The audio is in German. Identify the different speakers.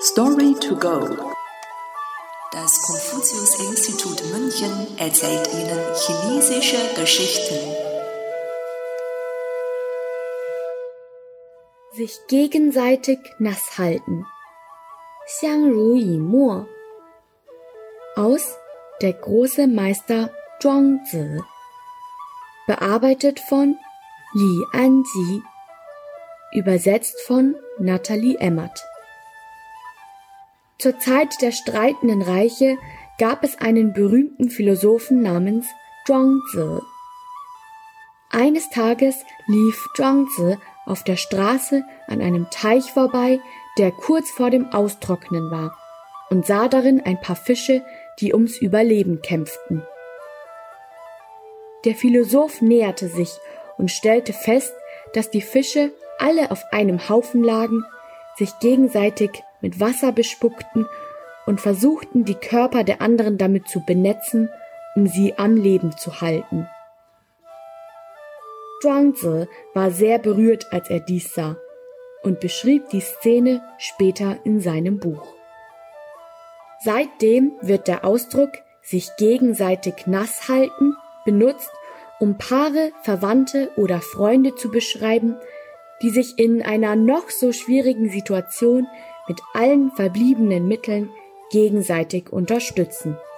Speaker 1: Story to go. Das Konfuzius-Institut München erzählt Ihnen chinesische Geschichten.
Speaker 2: Sich gegenseitig nass halten. Xiang Ru Yi Mo. Aus Der große Meister Zhuangzi. Bearbeitet von Li Anji. Übersetzt von Nathalie Emmert. Zur Zeit der streitenden Reiche gab es einen berühmten Philosophen namens Zhuangzi. Eines Tages lief Zhuangzi auf der Straße an einem Teich vorbei, der kurz vor dem Austrocknen war, und sah darin ein paar Fische, die ums Überleben kämpften. Der Philosoph näherte sich und stellte fest, dass die Fische alle auf einem Haufen lagen, sich gegenseitig mit Wasser bespuckten und versuchten, die Körper der anderen damit zu benetzen, um sie am Leben zu halten. Zhuangzi war sehr berührt, als er dies sah, und beschrieb die Szene später in seinem Buch. Seitdem wird der Ausdruck sich gegenseitig nass halten benutzt, um Paare, Verwandte oder Freunde zu beschreiben, die sich in einer noch so schwierigen Situation mit allen verbliebenen Mitteln gegenseitig unterstützen.